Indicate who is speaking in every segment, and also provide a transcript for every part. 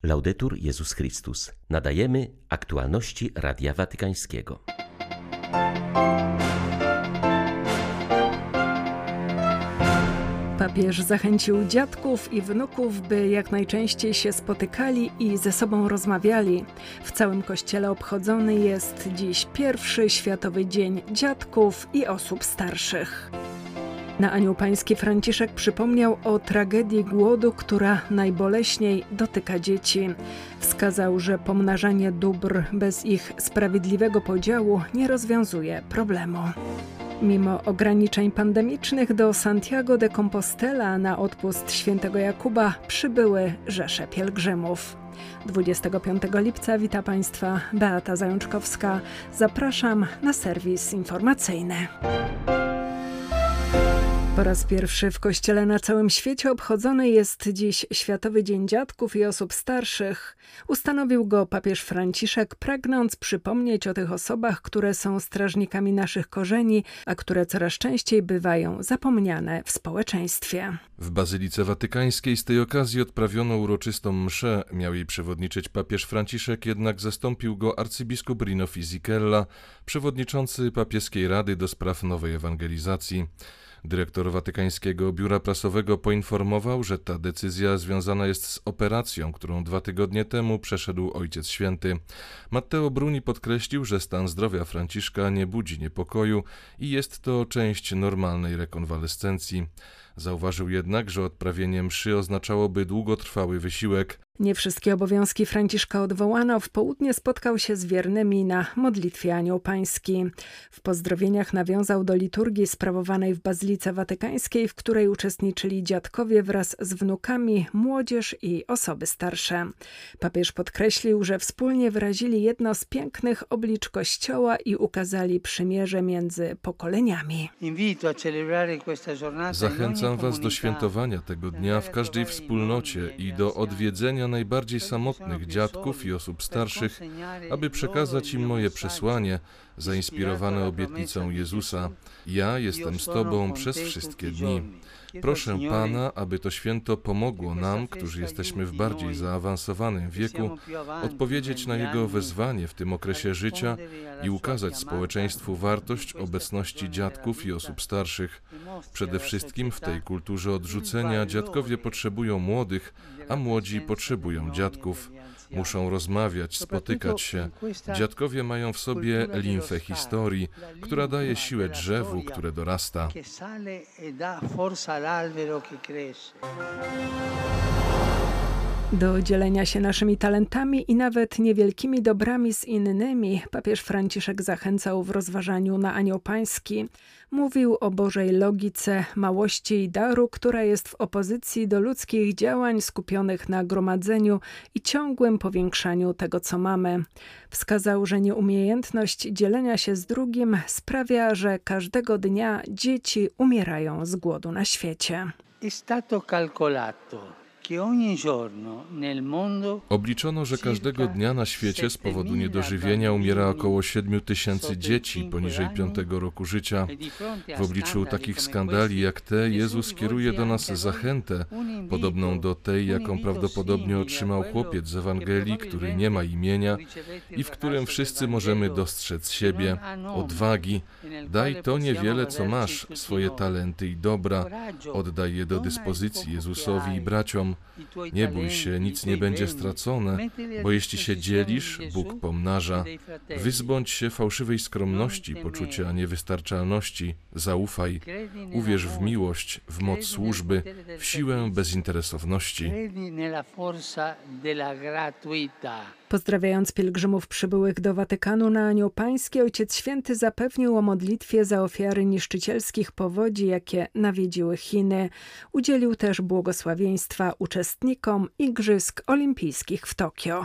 Speaker 1: Laudetur Jezus Chrystus. Nadajemy aktualności Radia Watykańskiego.
Speaker 2: Papież zachęcił dziadków i wnuków, by jak najczęściej się spotykali i ze sobą rozmawiali. W całym Kościele obchodzony jest dziś pierwszy Światowy Dzień Dziadków i Osób Starszych. Na Anioł Pański Franciszek przypomniał o tragedii głodu, która najboleśniej dotyka dzieci. Wskazał, że pomnażanie dóbr bez ich sprawiedliwego podziału nie rozwiązuje problemu. Mimo ograniczeń pandemicznych do Santiago de Compostela na odpust świętego Jakuba przybyły rzesze pielgrzymów. 25 lipca wita Państwa Beata Zajączkowska. Zapraszam na serwis informacyjny. Po raz pierwszy w Kościele na całym świecie obchodzony jest dziś Światowy Dzień Dziadków i Osób Starszych. Ustanowił go papież Franciszek, pragnąc przypomnieć o tych osobach, które są strażnikami naszych korzeni, a które coraz częściej bywają zapomniane w społeczeństwie.
Speaker 3: W Bazylice Watykańskiej z tej okazji odprawiono uroczystą mszę. Miał jej przewodniczyć papież Franciszek, jednak zastąpił go arcybiskup Rino Fisichella, przewodniczący papieskiej Rady do spraw nowej ewangelizacji. Dyrektor Watykańskiego Biura Prasowego poinformował, że ta decyzja związana jest z operacją, którą 2 tygodnie temu przeszedł Ojciec Święty. Matteo Bruni podkreślił, że stan zdrowia Franciszka nie budzi niepokoju i jest to część normalnej rekonwalescencji. Zauważył jednak, że odprawienie mszy oznaczałoby długotrwały wysiłek.
Speaker 2: Nie wszystkie obowiązki Franciszka odwołano. W południe spotkał się z wiernymi na modlitwie Anioł Pański. W pozdrowieniach nawiązał do liturgii sprawowanej w Bazylice Watykańskiej, w której uczestniczyli dziadkowie wraz z wnukami, młodzież i osoby starsze. Papież podkreślił, że wspólnie wyrazili jedno z pięknych oblicz Kościoła i ukazali przymierze między pokoleniami.
Speaker 3: Zachęcam Was do świętowania tego dnia w każdej wspólnocie i do odwiedzenia najbardziej samotnych dziadków i osób starszych, aby przekazać im moje przesłanie, zainspirowane obietnicą Jezusa. Ja jestem z Tobą przez wszystkie dni. Proszę Pana, aby to święto pomogło nam, którzy jesteśmy w bardziej zaawansowanym wieku, odpowiedzieć na Jego wezwanie w tym okresie życia i ukazać społeczeństwu wartość obecności dziadków i osób starszych. Przede wszystkim w tej kulturze odrzucenia dziadkowie potrzebują młodych, a młodzi potrzebują dziadków. Muszą rozmawiać, spotykać się. Dziadkowie mają w sobie limfę historii, która daje siłę drzewu, które dorasta.
Speaker 2: Do dzielenia się naszymi talentami i nawet niewielkimi dobrami z innymi papież Franciszek zachęcał w rozważaniu na Anioł Pański. Mówił o Bożej logice małości i daru, która jest w opozycji do ludzkich działań skupionych na gromadzeniu i ciągłym powiększaniu tego, co mamy. Wskazał, że nieumiejętność dzielenia się z drugim sprawia, że każdego dnia dzieci umierają z głodu na świecie.
Speaker 3: Obliczono, że każdego dnia na świecie z powodu niedożywienia umiera około 7 000 dzieci poniżej 5 roku życia. W obliczu takich skandali jak te Jezus kieruje do nas zachętę, podobną do tej, jaką prawdopodobnie otrzymał chłopiec z Ewangelii, który nie ma imienia i w którym wszyscy możemy dostrzec siebie, odwagi. Daj to niewiele, co masz, swoje talenty i dobra. Oddaj je do dyspozycji Jezusowi i braciom. Nie bój się, nic nie będzie stracone, bo jeśli się dzielisz, Bóg pomnaża. Wyzbądź się fałszywej skromności, poczucia niewystarczalności, zaufaj. Uwierz w miłość, w moc służby, w siłę bezinteresowności.
Speaker 2: Pozdrawiając pielgrzymów przybyłych do Watykanu na Anioł Pański, Ojciec Święty zapewnił o modlitwie za ofiary niszczycielskich powodzi, jakie nawiedziły Chiny. Udzielił też błogosławieństwa uczestnikom Igrzysk Olimpijskich w Tokio.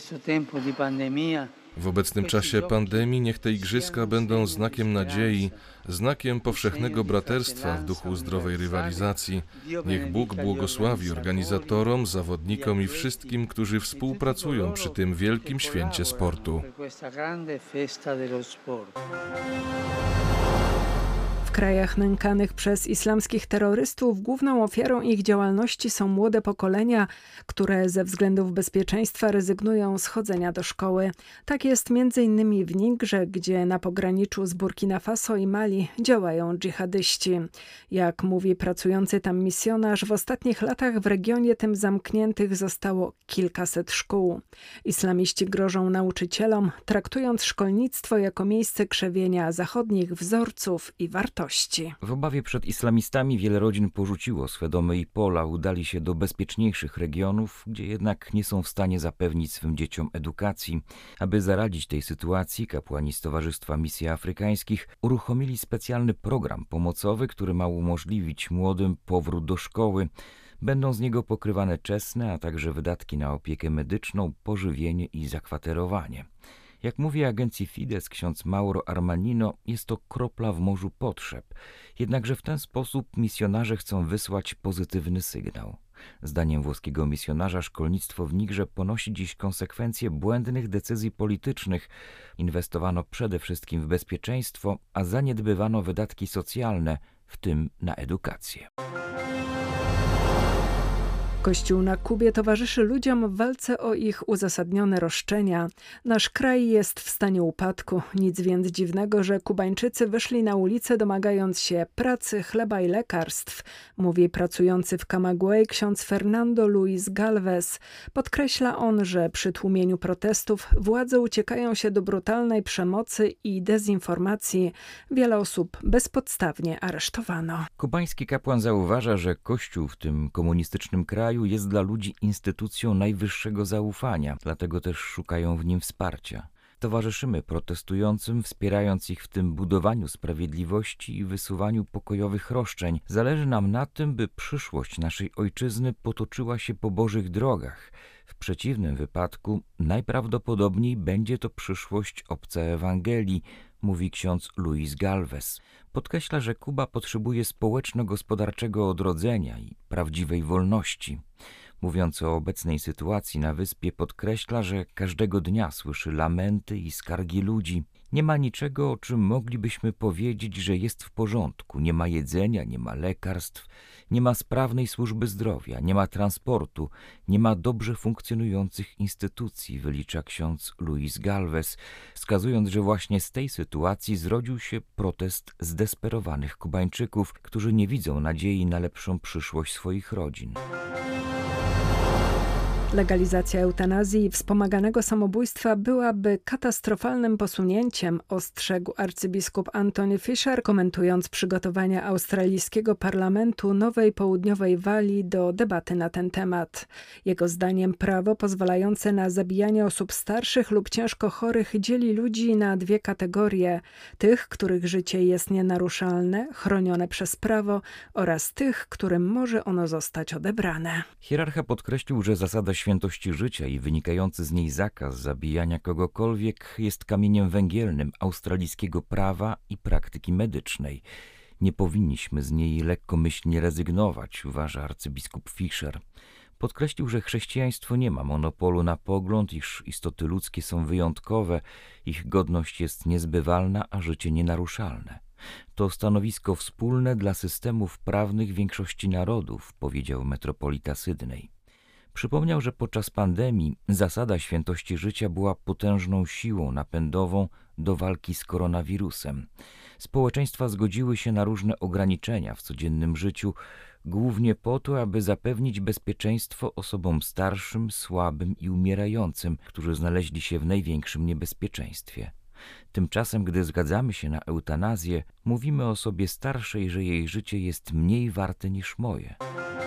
Speaker 3: W obecnym czasie pandemii niech te igrzyska będą znakiem nadziei, znakiem powszechnego braterstwa w duchu zdrowej rywalizacji. Niech Bóg błogosławi organizatorom, zawodnikom i wszystkim, którzy współpracują przy tym wielkim święcie sportu.
Speaker 2: krajach nękanych przez islamskich terrorystów główną ofiarą ich działalności są młode pokolenia, które ze względów bezpieczeństwa rezygnują z chodzenia do szkoły. Tak jest m.in. w Nigrze, gdzie na pograniczu z Burkina Faso i Mali działają dżihadyści. Jak mówi pracujący tam misjonarz, w ostatnich latach w regionie tym zamkniętych zostało kilkaset szkół. Islamiści grożą nauczycielom, traktując szkolnictwo jako miejsce krzewienia zachodnich wzorców i wartości.
Speaker 4: W obawie przed islamistami wiele rodzin porzuciło swe domy i pola, udali się do bezpieczniejszych regionów, gdzie jednak nie są w stanie zapewnić swym dzieciom edukacji. Aby zaradzić tej sytuacji, kapłani z Towarzystwa Misji Afrykańskich uruchomili specjalny program pomocowy, który ma umożliwić młodym powrót do szkoły. Będą z niego pokrywane czesne, a także wydatki na opiekę medyczną, pożywienie i zakwaterowanie. Jak mówi agencji Fides ksiądz Mauro Armanino, jest to kropla w morzu potrzeb. Jednakże w ten sposób misjonarze chcą wysłać pozytywny sygnał. Zdaniem włoskiego misjonarza szkolnictwo w Nigrze ponosi dziś konsekwencje błędnych decyzji politycznych. Inwestowano przede wszystkim w bezpieczeństwo, a zaniedbywano wydatki socjalne, w tym na edukację.
Speaker 2: Kościół na Kubie towarzyszy ludziom w walce o ich uzasadnione roszczenia. Nasz kraj jest w stanie upadku. Nic więc dziwnego, że Kubańczycy wyszli na ulicę domagając się pracy, chleba i lekarstw, mówi pracujący w Camagüey ksiądz Fernando Luis Galvez. Podkreśla on, że przy tłumieniu protestów władze uciekają się do brutalnej przemocy i dezinformacji. Wiele osób bezpodstawnie aresztowano.
Speaker 4: Kubański kapłan zauważa, że Kościół w tym komunistycznym kraju jest dla ludzi instytucją najwyższego zaufania, dlatego też szukają w nim wsparcia. Towarzyszymy protestującym, wspierając ich w tym budowaniu sprawiedliwości i wysuwaniu pokojowych roszczeń. Zależy nam na tym, by przyszłość naszej ojczyzny potoczyła się po Bożych drogach. W przeciwnym wypadku najprawdopodobniej będzie to przyszłość obca Ewangelii, mówi ksiądz Luis Galvez. Podkreśla, że Kuba potrzebuje społeczno-gospodarczego odrodzenia i prawdziwej wolności. Mówiąc o obecnej sytuacji na wyspie, podkreśla, że każdego dnia słyszy lamenty i skargi ludzi. Nie ma niczego, o czym moglibyśmy powiedzieć, że jest w porządku. Nie ma jedzenia, nie ma lekarstw, nie ma sprawnej służby zdrowia, nie ma transportu, nie ma dobrze funkcjonujących instytucji, wylicza ksiądz Luis Galvez, wskazując, że właśnie z tej sytuacji zrodził się protest zdesperowanych Kubańczyków, którzy nie widzą nadziei na lepszą przyszłość swoich rodzin.
Speaker 2: Legalizacja eutanazji i wspomaganego samobójstwa byłaby katastrofalnym posunięciem, ostrzegł arcybiskup Anthony Fisher, komentując przygotowania australijskiego parlamentu Nowej Południowej Walii do debaty na ten temat. Jego zdaniem prawo pozwalające na zabijanie osób starszych lub ciężko chorych dzieli ludzi na dwie kategorie. Tych, których życie jest nienaruszalne, chronione przez prawo, oraz tych, którym może ono zostać odebrane.
Speaker 4: Hierarcha podkreślił, że zasada świętości życia i wynikający z niej zakaz zabijania kogokolwiek jest kamieniem węgielnym australijskiego prawa i praktyki medycznej. Nie powinniśmy z niej lekkomyślnie rezygnować, uważa arcybiskup Fisher. Podkreślił, że chrześcijaństwo nie ma monopolu na pogląd, iż istoty ludzkie są wyjątkowe, ich godność jest niezbywalna, a życie nienaruszalne. To stanowisko wspólne dla systemów prawnych większości narodów, powiedział metropolita Sydney. Przypomniał, że podczas pandemii zasada świętości życia była potężną siłą napędową do walki z koronawirusem. Społeczeństwa zgodziły się na różne ograniczenia w codziennym życiu, głównie po to, aby zapewnić bezpieczeństwo osobom starszym, słabym i umierającym, którzy znaleźli się w największym niebezpieczeństwie. Tymczasem, gdy zgadzamy się na eutanazję, mówimy o osobie starszej, że jej życie jest mniej warte niż moje.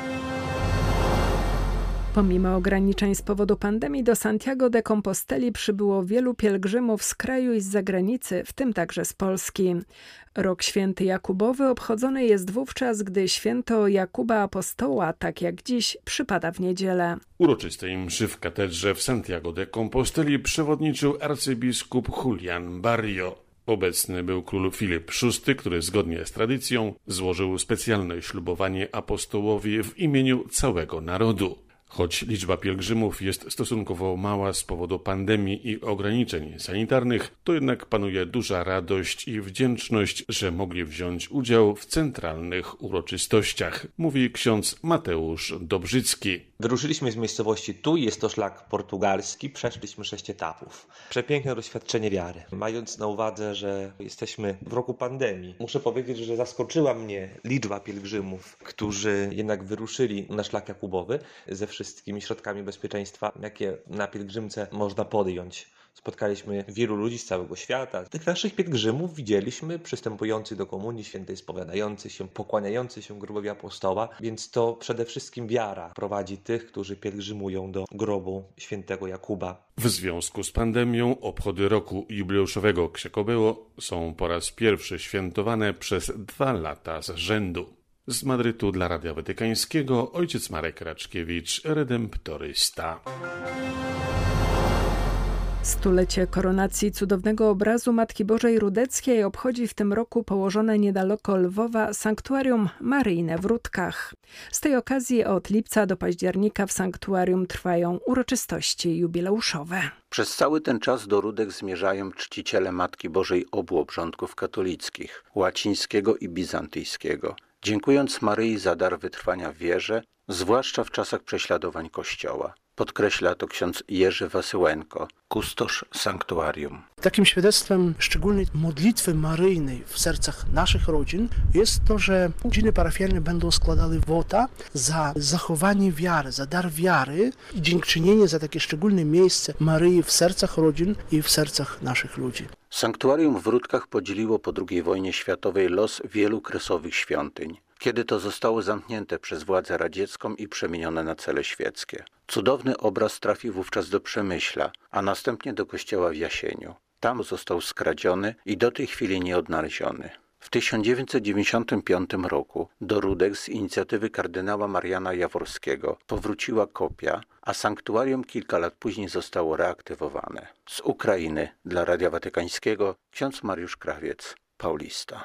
Speaker 2: Pomimo ograniczeń z powodu pandemii do Santiago de Composteli przybyło wielu pielgrzymów z kraju i z zagranicy, w tym także z Polski. Rok Święty Jakubowy obchodzony jest wówczas, gdy święto Jakuba Apostoła, tak jak dziś, przypada w niedzielę.
Speaker 5: Uroczystej mszy w katedrze w Santiago de Composteli przewodniczył arcybiskup Julián Barrio. Obecny był król Filip VI, który zgodnie z tradycją złożył specjalne ślubowanie apostołowi w imieniu całego narodu. Choć liczba pielgrzymów jest stosunkowo mała z powodu pandemii i ograniczeń sanitarnych, to jednak panuje duża radość i wdzięczność, że mogli wziąć udział w centralnych uroczystościach, mówi ksiądz Mateusz Dobrzycki.
Speaker 6: Wyruszyliśmy z miejscowości Tu, jest to szlak portugalski, przeszliśmy 6 etapów. Przepiękne doświadczenie wiary. Mając na uwadze, że jesteśmy w roku pandemii, muszę powiedzieć, że zaskoczyła mnie liczba pielgrzymów, którzy jednak wyruszyli na szlak Jakubowy ze wszystkimi środkami bezpieczeństwa, jakie na pielgrzymce można podjąć. Spotkaliśmy wielu ludzi z całego świata. Tych naszych pielgrzymów widzieliśmy przystępujących do Komunii Świętej, spowiadających się, pokłaniających się grobowi apostoła, więc to przede wszystkim wiara prowadzi tych, którzy pielgrzymują do grobu świętego Jakuba.
Speaker 5: W związku z pandemią obchody roku jubileuszowego Ksjakobeło są po raz pierwszy świętowane przez 2 lata z rzędu. Z Madrytu dla Radia Watykańskiego ojciec Marek Raczkiewicz, redemptorysta.
Speaker 2: Stulecie koronacji cudownego obrazu Matki Bożej Rudeckiej obchodzi w tym roku położone niedaleko Lwowa sanktuarium maryjne w Rudkach. Z tej okazji od lipca do października w sanktuarium trwają uroczystości jubileuszowe.
Speaker 7: Przez cały ten czas do Rudek zmierzają czciciele Matki Bożej obu obrządków katolickich, łacińskiego i bizantyjskiego, dziękując Maryi za dar wytrwania w wierze, zwłaszcza w czasach prześladowań Kościoła. Podkreśla to ksiądz Jerzy Wasyłenko, kustosz sanktuarium.
Speaker 8: Takim świadectwem szczególnej modlitwy maryjnej w sercach naszych rodzin jest to, że rodziny parafialne będą składały wota za zachowanie wiary, za dar wiary i dziękczynienie za takie szczególne miejsce Maryi w sercach rodzin i w sercach naszych ludzi.
Speaker 7: Sanktuarium w Rudkach podzieliło po II wojnie światowej los wielu kresowych świątyń, kiedy to zostało zamknięte przez władzę radziecką i przemienione na cele świeckie. Cudowny obraz trafił wówczas do Przemyśla, a następnie do kościoła w Jasieniu. Tam został skradziony i do tej chwili nieodnaleziony. W 1995 roku do Rudek z inicjatywy kardynała Mariana Jaworskiego powróciła kopia, a sanktuarium kilka lat później zostało reaktywowane. Z Ukrainy dla Radia Watykańskiego ksiądz Mariusz Krawiec, Paulista.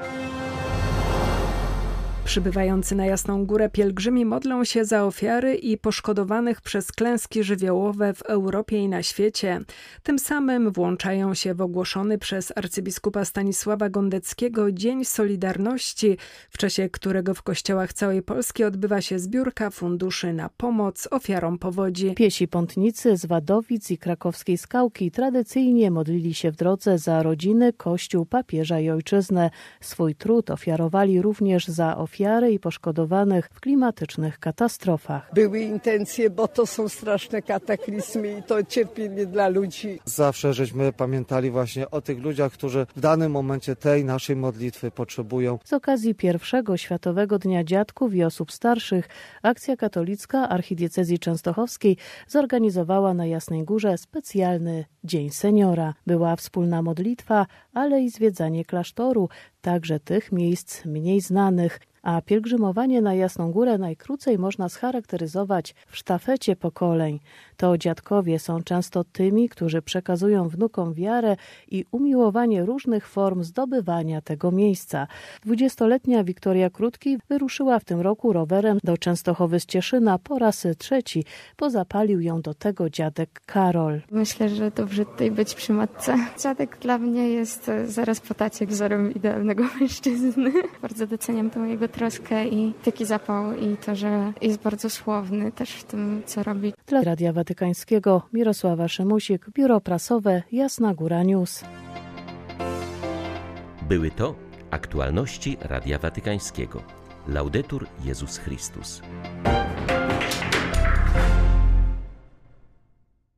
Speaker 2: Przybywający na Jasną Górę pielgrzymi modlą się za ofiary i poszkodowanych przez klęski żywiołowe w Europie i na świecie. Tym samym włączają się w ogłoszony przez arcybiskupa Stanisława Gondeckiego Dzień Solidarności, w czasie którego w kościołach całej Polski odbywa się zbiórka funduszy na pomoc ofiarom powodzi.
Speaker 9: Piesi pątnicy z Wadowic i krakowskiej Skałki tradycyjnie modlili się w drodze za rodziny, Kościół, papieża i ojczyznę. Swój trud ofiarowali również za ofiary i poszkodowanych w klimatycznych katastrofach.
Speaker 10: Były intencje, bo to są straszne kataklizmy i to cierpienie dla ludzi.
Speaker 11: Zawsze żeśmy pamiętali właśnie o tych ludziach, którzy w danym momencie tej naszej modlitwy potrzebują.
Speaker 9: Z okazji pierwszego Światowego Dnia Dziadków i Osób Starszych Akcja Katolicka Archidiecezji Częstochowskiej zorganizowała na Jasnej Górze specjalny Dzień Seniora. Była wspólna modlitwa, ale i zwiedzanie klasztoru, także tych miejsc mniej znanych. A pielgrzymowanie na Jasną Górę najkrócej można scharakteryzować w sztafecie pokoleń. To dziadkowie są często tymi, którzy przekazują wnukom wiarę i umiłowanie różnych form zdobywania tego miejsca. 20-letnia Wiktoria Krótki wyruszyła w tym roku rowerem do Częstochowy z Cieszyna po raz 3, bo zapalił ją do tego dziadek Karol.
Speaker 12: Myślę, że dobrze tutaj być przy matce. Dziadek dla mnie jest zaraz po tacie wzorem idealnego mężczyzny. Bardzo doceniam tę jego troskę i taki zapał i to, że jest bardzo słowny też w tym, co robi.
Speaker 9: Dla Radia Watykańskiego Mirosława Szymusik, Biuro Prasowe Jasna Góra News.
Speaker 1: Były to aktualności Radia Watykańskiego. Laudetur Jezus Chrystus.